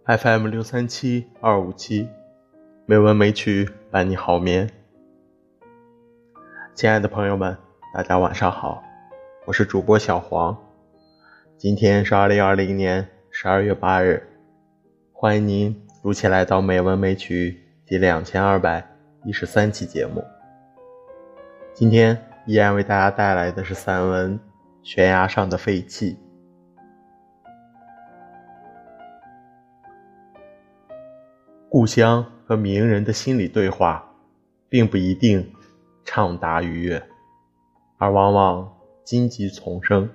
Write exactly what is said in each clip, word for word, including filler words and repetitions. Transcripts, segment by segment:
F M 六三七二五七，美文美曲伴你好眠。亲爱的朋友们，大家晚上好，我是主播小黄。今天是二零二零年十二月八日，欢迎您如期来到美文美曲第两千二百一十三期节目。今天依然为大家带来的是散文《悬崖上的废弃》。故乡和名人的心理对话并不一定畅达愉悦，而往往荆棘丛生。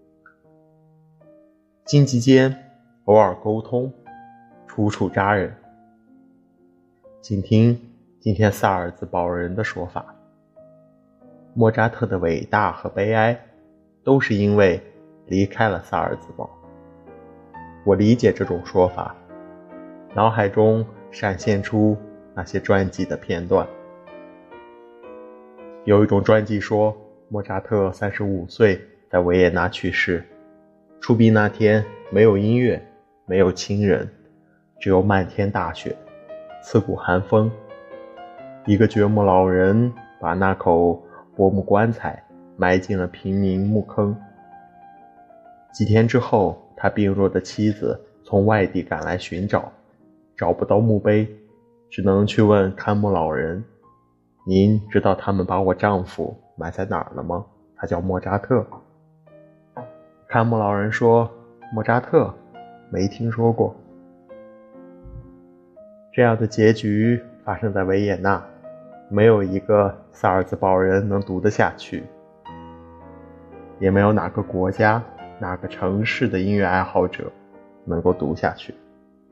荆棘间偶尔沟通，楚楚扎人。请听今天萨尔兹堡人的说法。莫扎特的伟大和悲哀都是因为离开了萨尔兹堡。我理解这种说法，脑海中闪现出那些传记的片段。有一种传记说，莫扎特三十五岁在维也纳去世，出殡那天没有音乐，没有亲人，只有漫天大雪，刺骨寒风。一个掘墓老人把那口薄木棺材埋进了平民墓坑。几天之后，他病弱的妻子从外地赶来寻找，找不到墓碑，只能去问看墓老人，您知道他们把我丈夫埋在哪儿了吗？他叫莫扎特。看墓老人说，莫扎特没听说过。这样的结局发生在维也纳，没有一个萨尔兹堡人能读得下去，也没有哪个国家哪个城市的音乐爱好者能够读下去。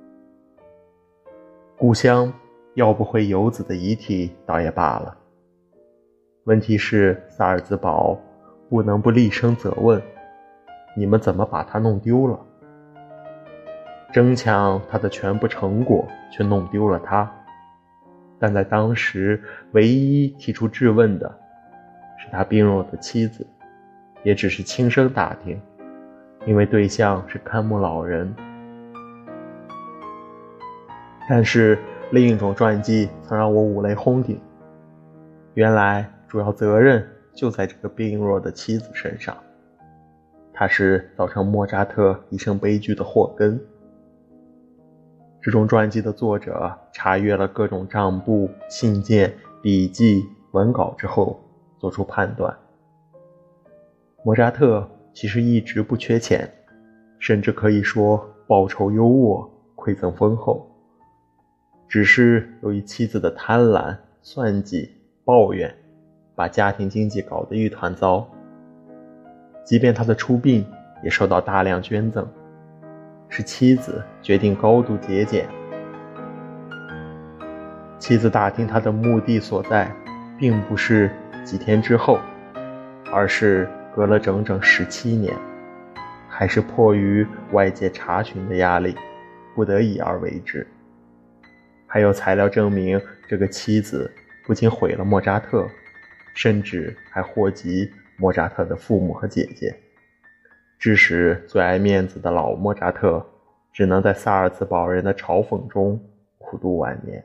故乡要不回游子的遗体倒也罢了，问题是萨尔兹堡不能不厉声责问，你们怎么把它弄丢了？争抢他的全部成果，却弄丢了他。但在当时，唯一提出质问的是他病弱的妻子，也只是轻声打听，因为对象是看墓老人。但是另一种传记曾让我五雷轰顶，原来主要责任就在这个病弱的妻子身上，她是造成莫扎特一生悲剧的祸根。这种传记的作者查阅了各种账簿、信件、笔记、文稿之后做出判断，莫扎特其实一直不缺钱，甚至可以说报酬优渥，馈赠丰厚，只是由于妻子的贪婪、算计、抱怨，把家庭经济搞得一团糟。即便他的出殡也受到大量捐赠，是妻子决定高度节俭。妻子打听他的墓地所在，并不是几天之后，而是隔了整整十七年，还是迫于外界查询的压力，不得已而为之。还有材料证明，这个妻子不仅毁了莫扎特，甚至还祸及莫扎特的父母和姐姐，致使最爱面子的老莫扎特只能在萨尔茨堡人的嘲讽中苦度晚年。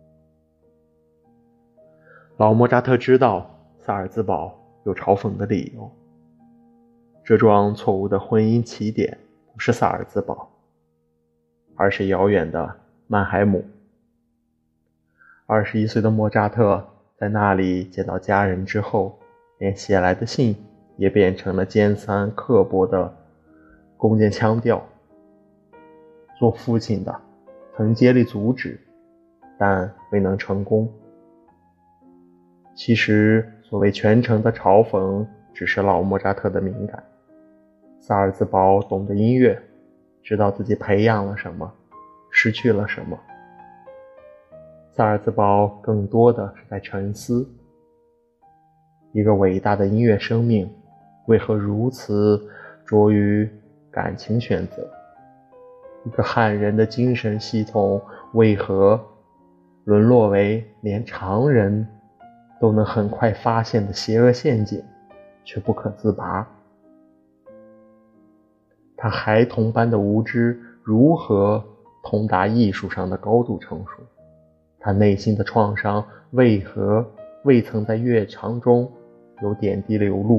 老莫扎特知道萨尔茨堡有嘲讽的理由，这桩错误的婚姻起点不是萨尔茨堡，而是遥远的曼海姆。二十一岁的莫扎特在那里见到家人之后，连写来的信也变成了尖酸刻薄的弓箭腔调。做父亲的曾竭力阻止，但未能成功。其实所谓全程的嘲讽，只是老莫扎特的敏感。萨尔兹堡懂得音乐，知道自己培养了什么，失去了什么。萨尔兹堡更多的是在沉思，一个伟大的音乐生命为何如此着于感情选择？一个汉人的精神系统为何沦落为连常人都能很快发现的邪恶陷阱，却不可自拔？他孩童般的无知如何通达艺术上的高度成熟，他内心的创伤为何未曾在乐章中有点滴流露？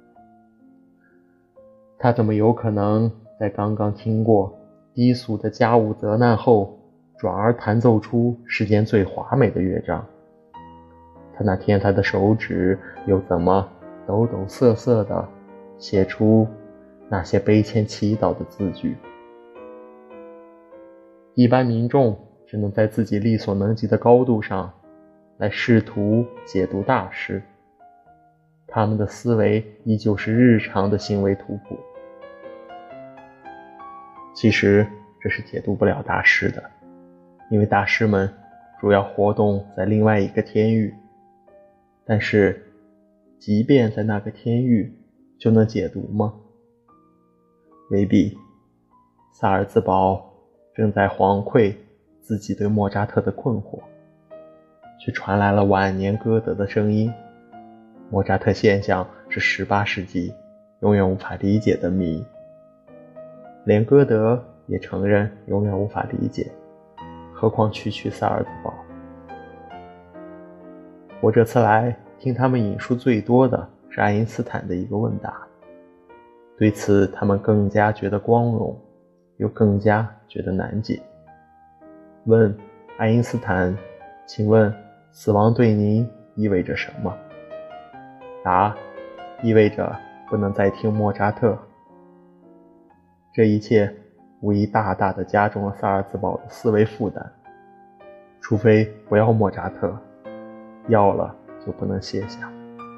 他怎么有可能在刚刚听过低俗的家务责难后，转而弹奏出世间最华美的乐章？他那天才的手指又怎么抖抖瑟瑟地写出那些悲切祈祷的字句？一般民众只能在自己力所能及的高度上来试图解读大师，他们的思维依旧是日常的行为图谱。其实这是解读不了大师的，因为大师们主要活动在另外一个天域。但是即便在那个天域，就能解读吗？未必。萨尔兹堡正在惶愧自己对莫扎特的困惑，却传来了晚年歌德的声音。莫扎特现象是十八世纪永远无法理解的谜，连歌德也承认永远无法理解，何况区区萨尔兹堡。我这次来听他们引述最多的是爱因斯坦的一个问答，对此他们更加觉得光荣，又更加觉得难解。问爱因斯坦，请问死亡对您意味着什么？答：意味着不能再听莫扎特。这一切无疑大大的加重了萨尔兹堡的思维负担，除非不要莫扎特，要了就不能卸下。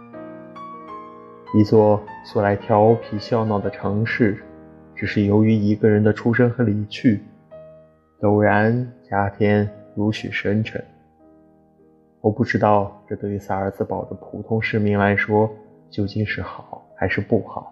一座素来调皮笑闹的城市，只是由于一个人的出生和离去，陡然加添如许深沉。我不知道这对于萨尔兹堡的普通市民来说究竟是好还是不好。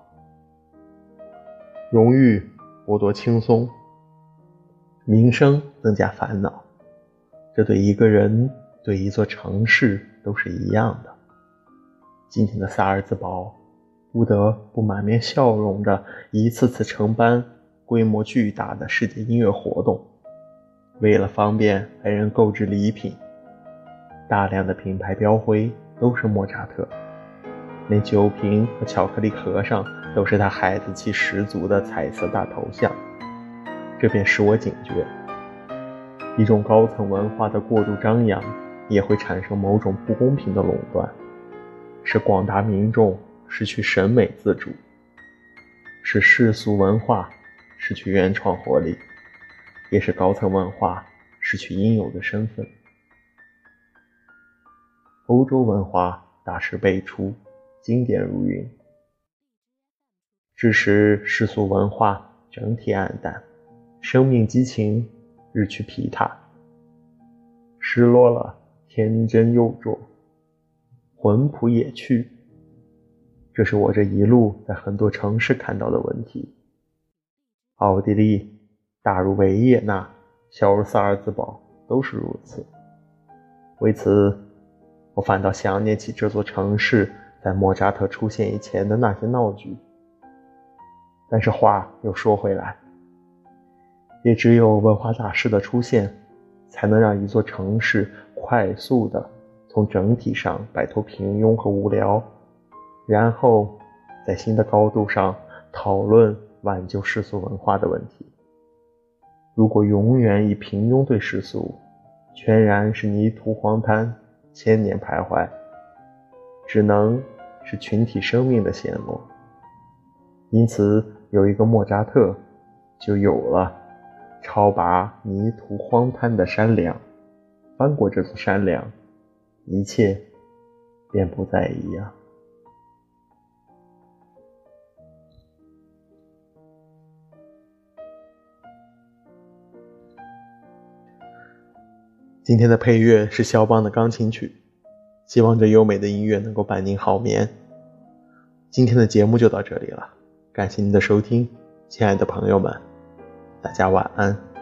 荣誉剥夺轻松，名声增加烦恼，这对一个人，对一座城市都是一样的。今天的萨尔兹堡不得不满面笑容地一次次承办规模巨大的世界音乐活动，为了方便来人购置礼品，大量的品牌标徽都是莫扎特，连酒瓶和巧克力盒上都是他孩子气十足的彩色大头像。这便使我警觉，一种高层文化的过度张扬也会产生某种不公平的垄断，使广大民众失去审美自主，使世俗文化失去原创活力，也使高层文化失去应有的身份。欧洲文化大师辈出，经典如云，致使世俗文化整体黯淡，生命激情日趋疲沓，失落了天真幼稚，魂魄也去。这是我这一路在很多城市看到的问题。奥地利大如维也纳，小如萨尔兹堡，都是如此。为此，我反倒想念起这座城市在莫扎特出现以前的那些闹剧。但是话又说回来，也只有文化大师的出现，才能让一座城市快速地从整体上摆脱平庸和无聊，然后在新的高度上讨论挽救世俗文化的问题。如果永远以平庸对世俗，全然是泥土荒滩，千年徘徊，只能是群体生命的陷落。因此有一个莫扎特，就有了超拔泥土荒滩的山梁，翻过这座山梁，一切便不再一样。今天的配乐是肖邦的钢琴曲，希望这优美的音乐能够伴您好眠。今天的节目就到这里了，感谢您的收听，亲爱的朋友们，大家晚安。